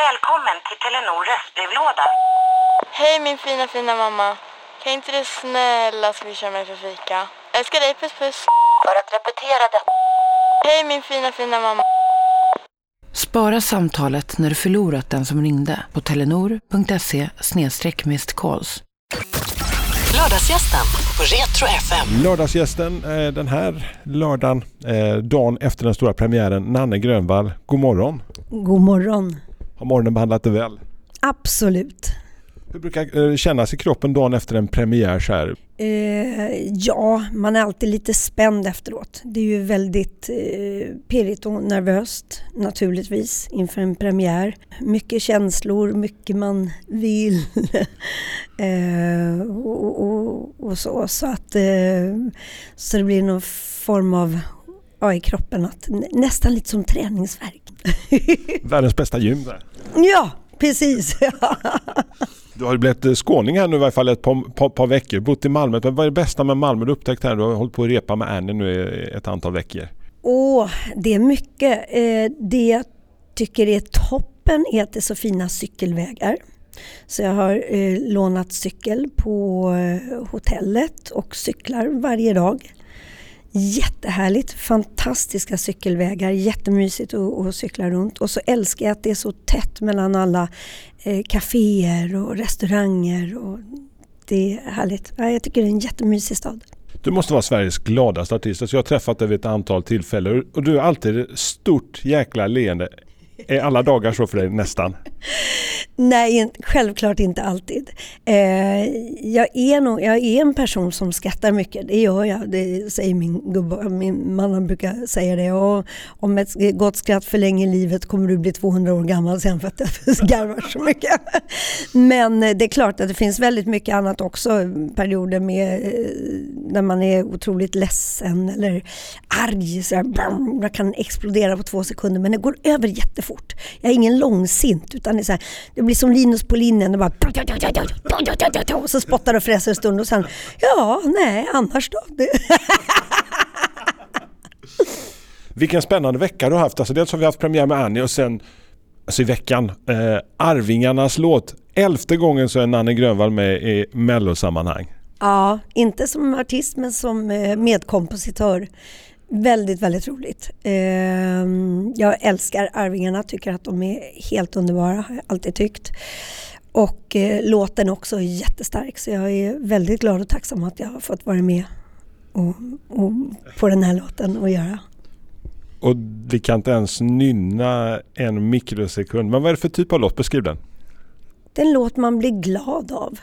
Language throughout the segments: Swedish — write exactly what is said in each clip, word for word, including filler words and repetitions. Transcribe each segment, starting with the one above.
Välkommen till Telenor röstbrevlåda. Hej min fina fina mamma. Kan inte du snälla swisha mig för fika? Älskar dig, puss puss. För att repetera det. Hej min fina fina mamma. Spara samtalet när du förlorat den som ringde på telenor.se snedstreck missed calls. Lördagsgästen på Retro F M. Lördagsgästen eh, den här lördagen, eh, dagen efter den stora premiären, Nanne Grönvall. God morgon. God morgon. Har morgonen behandlat det väl? Absolut. Hur brukar det kännas i kroppen dagen efter en premiär så här? Eh, ja, man är alltid lite spänd efteråt. Det är ju väldigt eh, pirrigt och nervöst naturligtvis inför en premiär. Mycket känslor, mycket man vill eh, och, och, och så. Så, att, eh, så det blir någon form av ja, i kroppen att nästan lite som träningsvärk. Världens bästa gym där. Ja, precis. Du har ju blivit skåning här nu i varje fall ett par, par, par veckor. Bott i Malmö. Men vad är det bästa med Malmö du upptäckt här? Du har hållit på att repa med Annie nu i ett antal veckor. Åh, det är mycket. Eh, det jag tycker är toppen är att det är så fina cykelvägar. Så jag har eh, lånat cykel på eh, hotellet och cyklar varje dag. Jättehärligt, fantastiska cykelvägar, jättemysigt att, att cykla runt. Och så älskar jag att det är så tätt mellan alla eh, kaféer och restauranger. Och det är härligt. Ja, jag tycker det är en jättemysig stad. Du måste vara Sveriges gladaste artist. Så jag har träffat dig vid ett antal tillfällen. Och du är alltid stort jäkla leende. Är alla dagar så för dig nästan? Nej, självklart inte alltid. Eh, jag, är nog, jag är en person som skrattar mycket. Det gör jag. Det säger min gubbe. Min man brukar säga det. Och om ett gott skratt förlänger livet kommer du bli tvåhundra år gammal sen för att jag garvar så mycket. Men det är klart att det finns väldigt mycket annat också. Perioder med när man är otroligt ledsen eller arg. Så här, bam, jag kan explodera på två sekunder. Men det går över jättefort. Jag är ingen långsint utan det är så här, det blir som Linus på linjen och bara och så spottar och fräser en stund och sen ja, nej, annars då. Vilken spännande vecka du har haft. Alltså dels har vi haft premiär med Annie och sen alltså i veckan eh, Arvingarnas låt. Elfte gången så är Nanne Grönvall med i Mellosammanhang. Ja, inte som artist men som medkompositör. Väldigt, väldigt roligt. Jag älskar Arvingarna, tycker att de är helt underbara, har jag alltid tyckt. Och låten också är jättestark, så jag är väldigt glad och tacksam att jag har fått vara med och, och på den här låten och göra. Och vi kan inte ens nynna en mikrosekund. Men vad är det för typ av låt? Beskriv den. Det är en låt man blir glad av.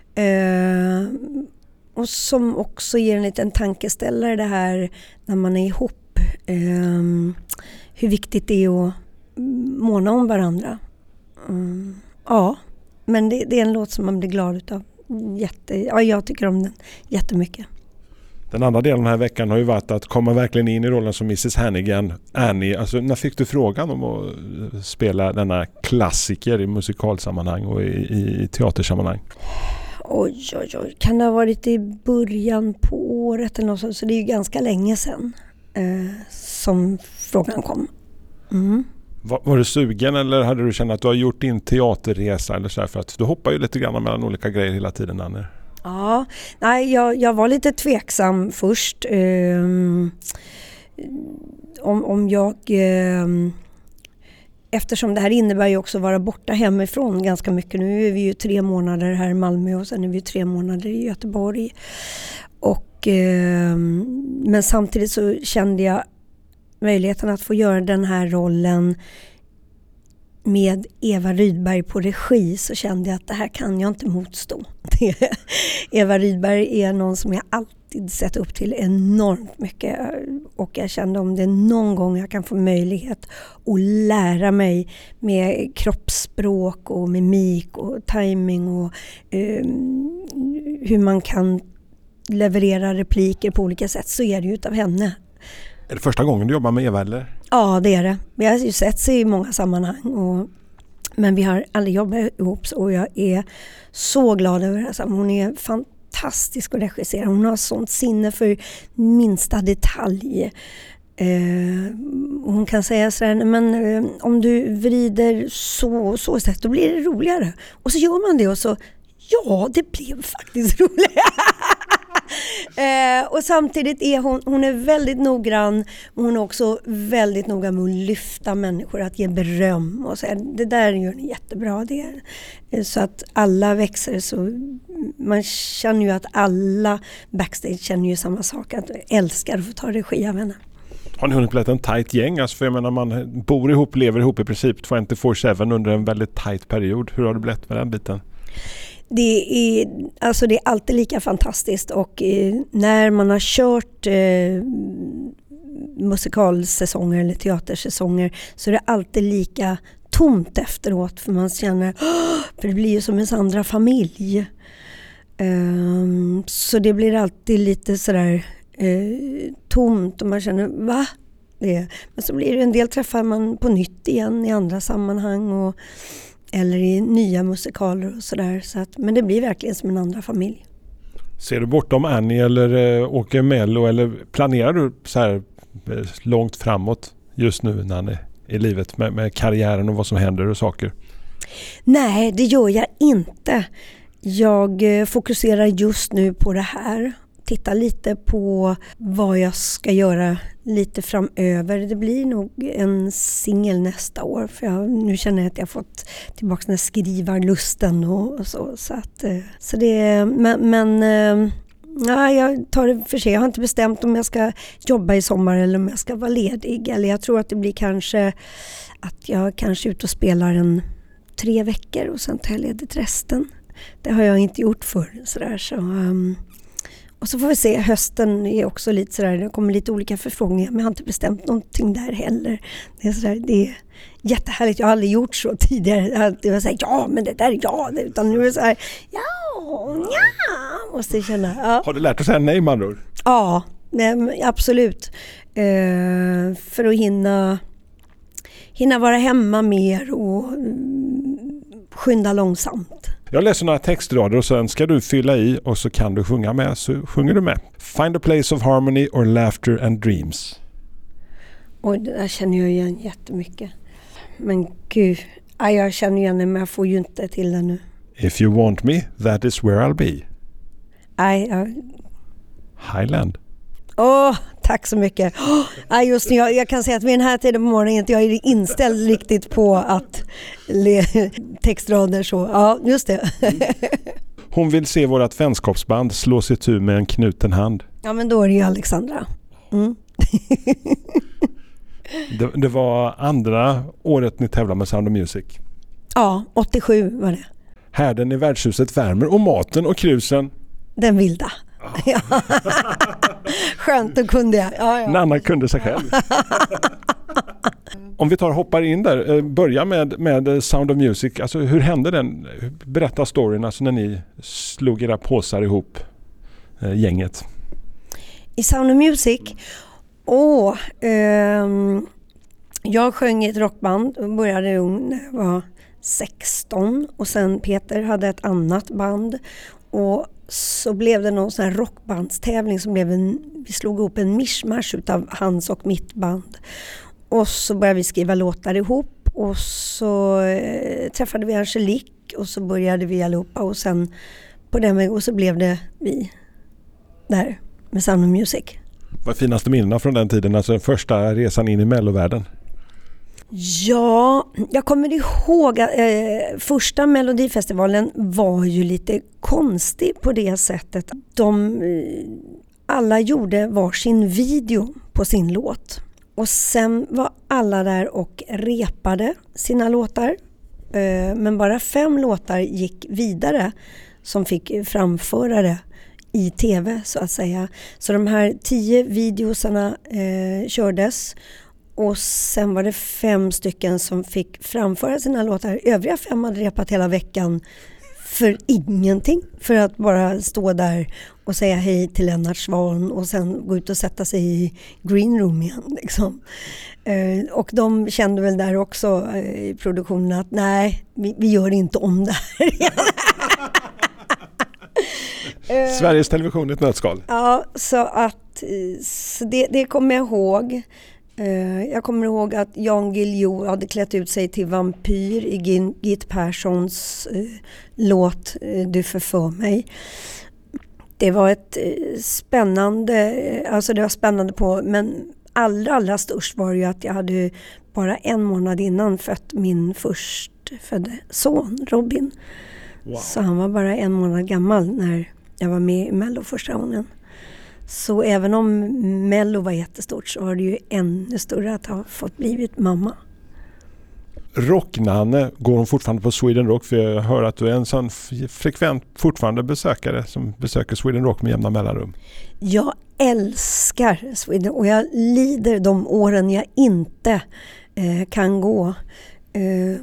Och som också ger en liten tankeställare det här när man är ihop. Um, hur viktigt det är att måna om varandra. Um, ja, men det, det är en låt som man blir glad utav. Jätte, ja, jag tycker om den jättemycket. Den andra delen den här veckan har ju varit att komma verkligen in i rollen som missus Hannigan, Annie. Alltså, när fick du frågan om att spela denna klassiker i musikalsammanhang och i, i, i teatersammanhang? Oj, oj, oj. Kan det ha varit i början på året eller något sånt? Så det är ju ganska länge sedan eh, som frågan kom. Mm. Var, var du sugen eller hade du känt att du har gjort din teaterresa eller så här? För att du hoppar ju lite grann mellan olika grejer hela tiden, Anne. Ja, nej, jag, jag var lite tveksam först. Eh, om, om jag... Eh, Eftersom det här innebär ju också att vara borta hemifrån ganska mycket. Nu är vi ju tre månader här i Malmö och sen är vi ju tre månader i Göteborg. Och, eh, men samtidigt så kände jag möjligheten att få göra den här rollen med Eva Rydberg på regi, så kände jag att det här kan jag inte motstå. Eva Rydberg är någon som jag alltid sett upp till enormt mycket, och jag kände om det någon gång jag kan få möjlighet att lära mig med kroppsspråk och mimik och timing och eh, hur man kan leverera repliker på olika sätt, så är det ju utav henne. Är det första gången du jobbar med Eva eller? Ja, det är det. Vi har ju sett sig i många sammanhang, och, men vi har aldrig jobbat ihop, och jag är så glad över det här. Hon är fantastisk att regissera. Hon har sånt sinne för minsta detalj. Eh, hon kan säga så här, men eh, om du vrider så och så sätt, då blir det roligare. Och så gör man det och så, ja, det blev faktiskt roligare. eh, och samtidigt är hon, hon är väldigt noggrann, men hon är också väldigt noga med att lyfta människor, att ge beröm och säga, det där gör ni jättebra. Det är. Så att alla växer, så man känner ju att alla backstage känner ju samma sak, att älskar att få ta regi av henne. Har ni hunnit bli en tajt gäng? Alltså för jag menar, man bor ihop, lever ihop i princip tjugofyra sju under en väldigt tajt period. Hur har det blivit med den biten? Det är, alltså det är alltid lika fantastiskt, och eh, när man har kört eh, musikalsäsonger eller teatersäsonger så är det alltid lika tomt efteråt, för man känner, för det blir ju som ens andra familj. Um, så det blir alltid lite sådär eh, tomt och man känner, va? Det. Men så blir det en del träffar man på nytt igen i andra sammanhang och eller i nya musikaler och sådär. Så att, men det blir verkligen som en andra familj. Ser du bortom Annie eller äh, åker Mello, eller planerar du så här äh, långt framåt just nu när ni är i livet med, med karriären och vad som händer och saker? Nej, det gör jag inte. Jag eh, fokuserar just nu på det här. Titta lite på vad jag ska göra lite framöver. Det blir nog en singel nästa år, för jag, nu känner jag att jag har fått tillbaka den här skrivarlusten och, och så. Så, att, så det, men, men ja, jag tar det för sig. Jag har inte bestämt om jag ska jobba i sommar eller om jag ska vara ledig. Eller jag tror att det blir kanske att jag kanske är ute och spelar en tre veckor och sen tar jag ledigt resten. Det har jag inte gjort förr. Sådär, så... Um, Och så får vi se, hösten är också lite sådär, det kommer lite olika förfrågningar, men jag har inte bestämt någonting där heller. Det är sådär, det är jättehärligt, jag har aldrig gjort så tidigare. Jag har alltid sagt, ja men det där är ja, utan nu är det såhär, ja, ja, måste känna. Ja. Har du lärt dig säga nej, man då? Ja, nej, absolut. Uh, för att hinna, hinna vara hemma mer och mm, skynda långsamt. Jag läser några textrader och sen ska du fylla i och så kan du sjunga med, så sjunger du med. Find a place of harmony or laughter and dreams. Och det där känner jag igen jättemycket. Men gud, ja, jag känner igen det, men jag får ju inte till det nu. If you want me, that is where I'll be. Nej, jag... Highland. Åh, tack så mycket. Oh, just nu, jag, jag kan säga att vid den här tiden på morgonen inte jag är inställd riktigt på att le, textrader så. Ja, just det. Hon vill se vårat vänskapsband slå sig tur med en knuten hand. Ja, men då är det ju Alexandra. Mm. det, det var andra året ni tävlade med Sound of Music. Ja, åttiosju var det. Härden i värdshuset värmer och maten och krusen. Den vilda. Ja. Skönt, då kunde jag. Ja, ja. Nanna kunde sig själv. Om vi tar hoppar in där, börja med, med Sound of Music. Alltså, hur hände den? Berätta storyn, alltså när ni slog era påsar ihop, eh, gänget. I Sound of Music, åh, ehm, jag sjöng i ett rockband och började ung när jag var sexton, och sen Peter hade ett annat band, och så blev det någon sån här rockbandstävling som blev en, vi slog ihop en mischmasch utav hans och mitt band. Och så började vi skriva låtar ihop, och så eh, träffade vi Angelique, och så började vi allihopa, och sen på den vägen, och så blev det vi där med Sound of Music. Vad finaste minnena från den tiden, alltså den första resan in i mellovärlden? Ja, jag kommer ihåg att eh, första Melodifestivalen var ju lite konstig på det sättet. De eh, alla gjorde varsin video på sin låt. Och sen var alla där och repade sina låtar. Eh, men bara fem låtar gick vidare som fick framföra det i tv, så att säga. Så de här tio videosarna eh, kördes. Och sen var det fem stycken som fick framföra sina låtar. Övriga fem hade repat hela veckan för ingenting. För att bara stå där och säga hej till Lennart Svan och sen gå ut och sätta sig i green room igen. Liksom. Eh, och de kände väl där också eh, i produktionen att nej, vi, vi gör inte om det här igen. Sveriges Television i ett nötskal. Ja, så att så det, det kommer jag ihåg. Eh, jag kommer ihåg att Jan Guillou hade klätt ut sig till vampyr i Gin- Git Perssons eh, låt eh, Du förför mig. Det var ett eh, spännande, alltså det var spännande på, men allra, allra störst var det ju att jag hade bara en månad innan fött min förstfödde son, Robin. Wow. Så han var bara en månad gammal när jag var med i Mello första gången. Så även om Mello var jättestort så var det ju ännu större att ha fått blivit mamma. Rocknanne, går hon fortfarande på Sweden Rock? För jag hör att du är en sån frekvent fortfarande besökare som besöker Sweden Rock med jämna mellanrum. Jag älskar Sweden och jag lider de åren jag inte eh, kan gå. Eh,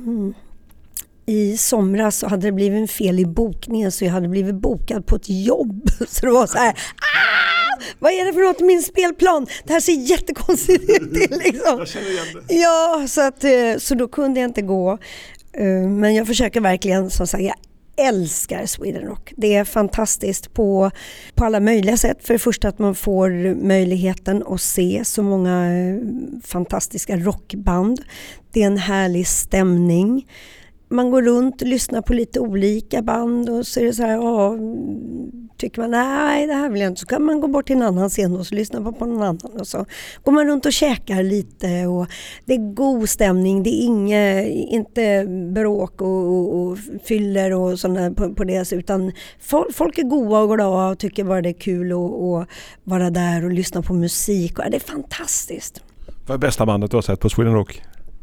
I somras så hade det blivit en fel i bokningen så jag hade blivit bokad på ett jobb. Så det var så här, ah! Vad är det för något i min spelplan? Det här ser jättekonstigt ut. Liksom. Jag känner igen det. Ja, så, att, så då kunde jag inte gå. Men jag försöker verkligen, som sagt, jag älskar Sweden Rock. Det är fantastiskt på, på alla möjliga sätt. För det första att man får möjligheten att se så många fantastiska rockband. Det är en härlig stämning. Man går runt och lyssnar på lite olika band och så är det så här, ja, tycker man nej det här vill jag inte, så kan man gå bort till en annan scen och så lyssna på, på någon annan och så går man runt och käkar lite och det är god stämning, det är inga, inte bråk och, och, och fyller och sådana på, på det, utan folk, folk är goda och glada och tycker bara det är kul att vara där och lyssna på musik och ja, det är fantastiskt. Vad är bästa bandet du har sett på Sweden Rock?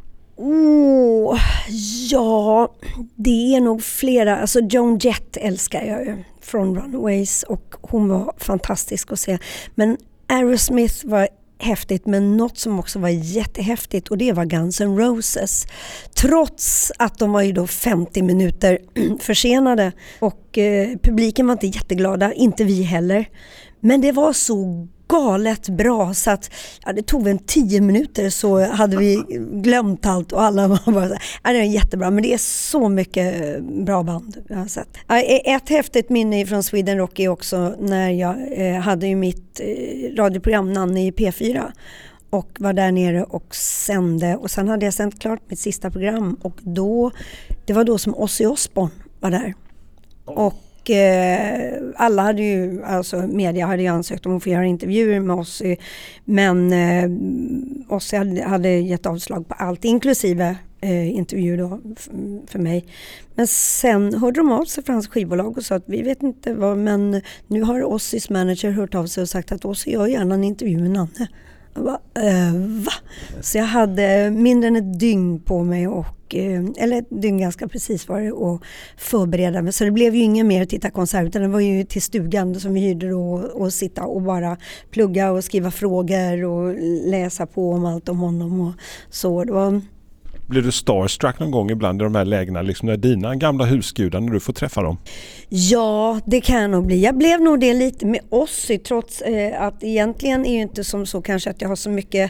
Oh, ja, det är nog flera. Alltså Joan Jett älskar jag ju från Runaways och hon var fantastisk att se. Men Aerosmith var häftigt, men något som också var jättehäftigt och det var Guns N' Roses. Trots att de var ju då femtio minuter försenade och eh, publiken var inte jätteglada, inte vi heller. Men det var så galet bra så att ja, det tog en tio minuter så hade vi glömt allt och alla var bara så här, ja, det är jättebra, men det är så mycket bra band jag har sett. Ja, ett häftigt minne från Sweden Rock är också när jag eh, hade ju mitt eh, radioprogram Nanne i P fyra och var där nere och sände och sen hade jag sänt klart mitt sista program och då, det var då som Ozzy Osbourne var där. Och Och eh, alla hade ju, alltså media hade ju ansökt om att få göra intervjuer med oss, men eh, oss hade, hade gett avslag på allt, inklusive eh, intervju då f- för mig. Men sen hörde de av sig från hans skivbolag och sa att vi vet inte vad, men nu har Ozzys manager hört av sig och sagt att Ozzy gör gärna en intervju med Nanne. Jag bara, äh, va? Så jag hade mindre än ett dygn på mig och, eller ett dygn ganska precis var det, och förbereda mig. Så det blev ju ingen mer titta konsert utan det var ju till stugan som vi hyrde då och sitta och bara plugga och skriva frågor och läsa på om allt om honom och så. Det var... Blir du starstruck någon gång ibland i de här lägena, liksom när dina gamla husgudar, när du får träffa dem? Ja, det kan jag nog bli. Jag blev nog det lite med Ozzy, trots eh, att egentligen är ju inte som så kanske att jag har så mycket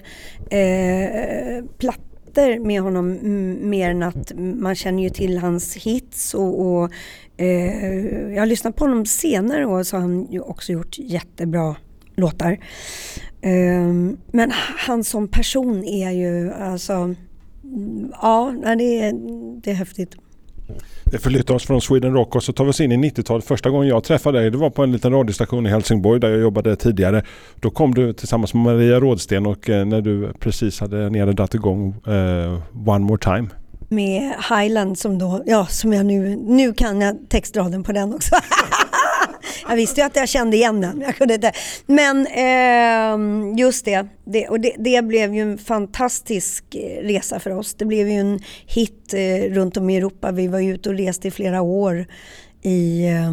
eh, plattor med honom, m- mer än att man känner ju till hans hits och, och eh, jag har lyssnat på honom senare och så har han ju också gjort jättebra låtar. Eh, men han som person är ju alltså... Ja, det är, det är häftigt. Det förflyttar oss från Sweden Rock och så tar vi oss in i nittiotalet. Första gången jag träffade dig, det var på en liten radiostation i Helsingborg där jag jobbade tidigare. Då kom du tillsammans med Maria Rådsten och eh, när du precis hade nere dratt igång eh, One More Time. Med Highland som då, ja som jag nu, nu kan jag textraden på den också. Jag visste ju att jag kände igen den. Jag kunde inte. Men eh, just det, det och det, det blev ju en fantastisk resa för oss. Det blev ju en hit eh, runt om i Europa. Vi var ju ute och reste i flera år i eh,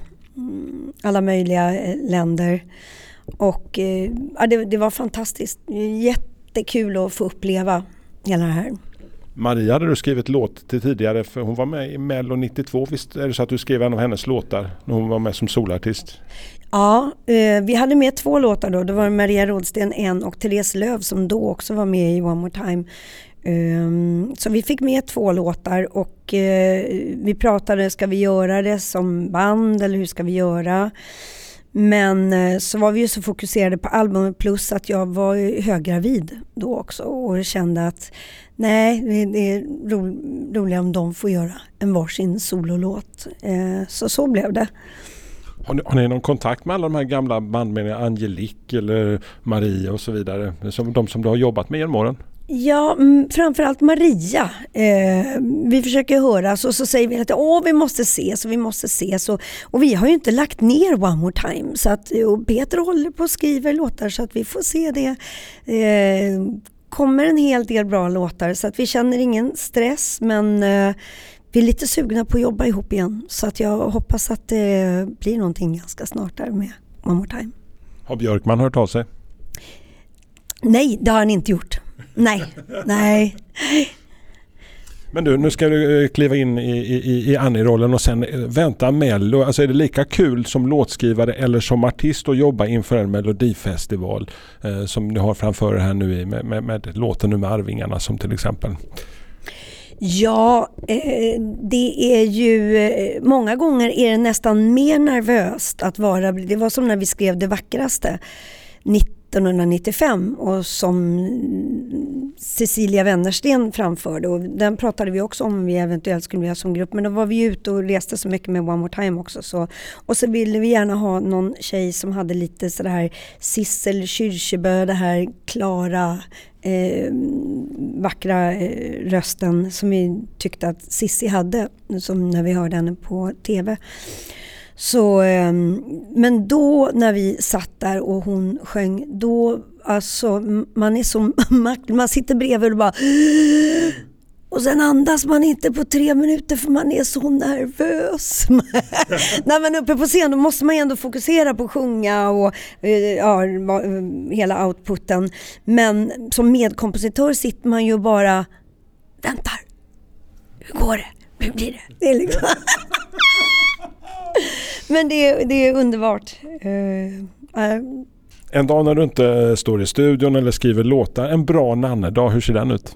alla möjliga länder. Och eh, ja, det, det var fantastiskt. Jättekul att få uppleva hela det här. Maria hade du skrivit låt till tidigare, för hon var med i Mello nittiotvå. Visst är det så att du skrev en av hennes låtar när hon var med som solartist? Ja, eh, vi hade med två låtar då. Det var Maria Rådsten en och Therese Löv som då också var med i One More Time. Um, så vi fick med två låtar och uh, vi pratade, ska vi göra det som band eller hur ska vi göra? Men så var vi ju så fokuserade på albumet, plus att jag var höggravid då också och kände att nej, det är ro, roligt om de får göra en varsin sololåt. Så så blev det. Har ni, har ni någon kontakt med alla de här gamla bandmedlemmarna, Angelique eller Maria och så vidare, som de som du har jobbat med genom åren? Ja, framförallt Maria. Eh, vi försöker höras och så säger vi att åh, vi måste ses och vi måste ses. Och, och vi har ju inte lagt ner One More Time. Så att, och Peter håller på att skriva låtar så att vi får se det. Eh, kommer en hel del bra låtar så att vi känner ingen stress, men eh, vi är lite sugna på att jobba ihop igen. Så att jag hoppas att det blir någonting ganska snart där med One More Time. Har Björkman hört av sig? Nej, det har han inte gjort. Nej, nej. Men du, nu ska du kliva in i, i, i Annie-rollen och sen vänta Mello. Alltså är det lika kul som låtskrivare eller som artist att jobba inför en melodifestival eh, som ni har framför er här nu i, med, med, med låten nu med Arvingarna som till exempel? Ja, eh, det är ju eh, många gånger är det nästan mer nervöst att vara, det var som när vi skrev Det vackraste nittonhundranittiofem och som Cecilia Wennersten framförde, och den pratade vi också om vi eventuellt skulle vilja som grupp, men då var vi ute och reste så mycket med One More Time också, så, och så ville vi gärna ha någon tjej som hade lite så här Sissel Kyrkjebø, det här klara eh, vackra eh, rösten som vi tyckte att Sissi hade, som när vi hörde henne på tv. Så, men då när vi satt där och hon sjöng, då alltså man är så man sitter bredvid och bara och sen andas man inte på tre minuter för man är så nervös. När man är uppe på scen då måste man ändå fokusera på att sjunga och ja, hela outputen. Men som medkompositör sitter man ju bara väntar. Hur går det? Hur blir det? Det är liksom men det är, det är underbart. Uh, uh. En dag när du inte står i studion eller skriver låtar, en bra nannedag, hur ser den ut?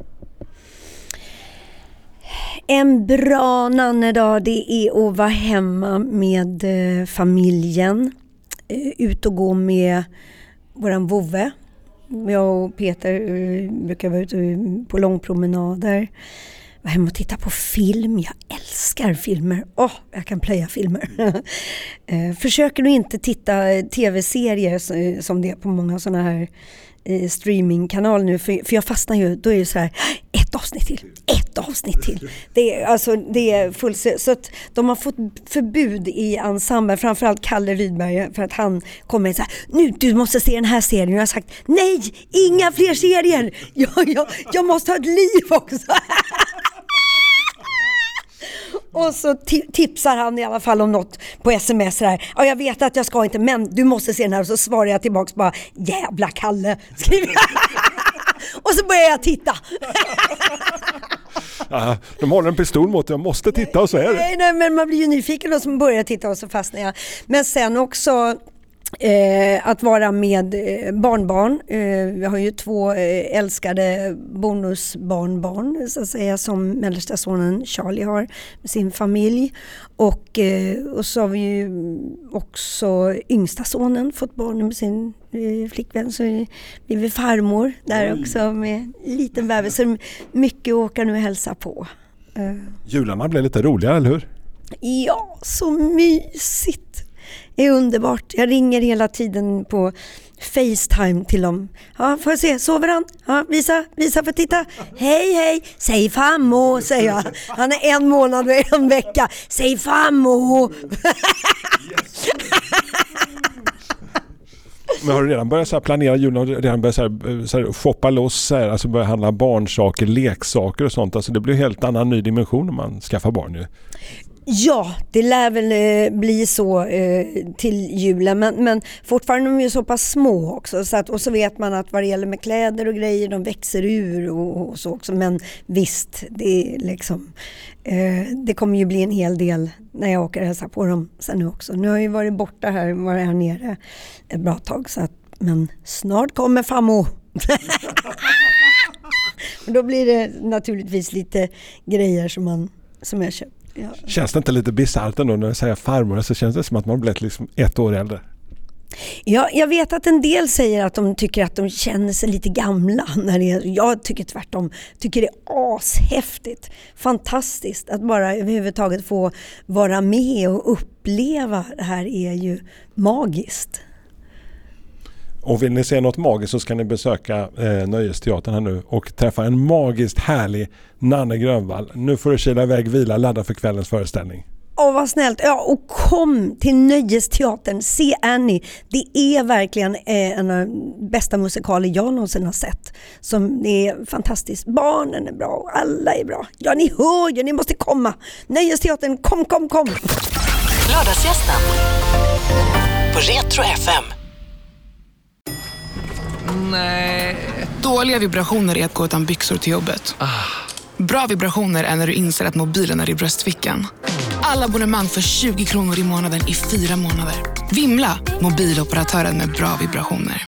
En bra nannedag, det är att vara hemma med uh, familjen. Uh, ut och gå med våran vovve. Jag och Peter uh, brukar vara ute på långpromenader. Var hemma och titta på film. Jag älskar filmer. Åh, oh, jag kan plöja filmer. eh, försöker nog inte titta tv-serier som det är på många sådana här eh, streamingkanaler nu. För, för jag fastnar ju, då är det så här, ett avsnitt till, ett avsnitt till. Det är, alltså, det är full, så att de har fått förbud i ensemblen, framförallt Kalle Rydberg, för att han kommer så här, nu du måste se den här serien. Och jag har sagt, nej, inga fler serier. Jag, jag, jag måste ha ett liv också. Och så t- tipsar han i alla fall om något på sms där. Ja, jag vet att jag ska inte, men du måste se den här. Och så svarar jag tillbaks bara, jävla Kalle, skriver jag. Och så börjar jag titta. Ja, de har en pistol mot dig, jag måste titta och så är det. Nej, nej, men man blir ju nyfiken och så börjar jag titta och så fastnar jag. Men sen också Eh, att vara med eh, barnbarn. Eh, vi har ju två eh, älskade bonusbarnbarn så att säga, som mellersta sonen Charlie har med sin familj. Och, eh, och så har vi ju också yngsta sonen fått barn med sin eh, flickvän, så vi blir farmor där Oj. Också med liten bebis. Så mycket åka nu och hälsa på. Eh. Jularna blir lite roligare, eller hur? Ja, så mysigt. Det är underbart. Jag ringer hela tiden på FaceTime till dem. Ja, får jag se, sover han? Ja, visa, visa för titta. Hej, hej, säg fammo, säger jag. Han är en månad och en vecka. Säg fammo. Men har du redan börjat så här planera julen, har du redan börjat så här, så här, shoppa loss så här, alltså börja handla barnsaker, leksaker och sånt. Alltså det blir helt annan ny dimension om man skaffar barn nu. Ja, det lär väl eh, bli så eh, till julen, men, men fortfarande är de ju så pass små också, så att, och så vet man att vad det gäller med kläder och grejer, de växer ur och, och så också, men visst, det är liksom eh, det kommer ju bli en hel del när jag åker och hälsar på dem sen nu också. Nu har jag ju varit borta här, varit här nere ett bra tag, så att, men snart kommer fammo. Och då blir det naturligtvis lite grejer som man som jag köpt. Ja. Känns det inte lite bisarrt ändå när jag säger farmor, så känns det som att man blivit liksom ett år äldre? Ja, jag vet att en del säger att de tycker att de känner sig lite gamla. När det är, jag tycker tvärtom. Tycker det är ashäftigt. Fantastiskt att bara överhuvudtaget få vara med och uppleva det här är ju magiskt. Och vill ni se något magiskt så ska ni besöka eh, Nöjesteatern här nu och träffa en magiskt härlig Nanne Grönvall. Nu får du kila iväg, vila, ladda för kvällens föreställning. Åh, vad snällt. Ja, och kom till Nöjesteatern. Se Annie. Det är verkligen eh, en av de bästa musikaler jag någonsin har sett. Som är fantastiskt. Barnen är bra och alla är bra. Ja, ni hör ju. Ni måste komma. Nöjesteatern, kom, kom, kom. Lördagsgästen på Retro F M. Nej. Dåliga vibrationer är att gå utan byxor till jobbet. Bra vibrationer är när du inser att mobilen är i bröstfickan. Alla abonnemang för tjugo kronor i månaden i fyra månader. Vimla, mobiloperatören med bra vibrationer.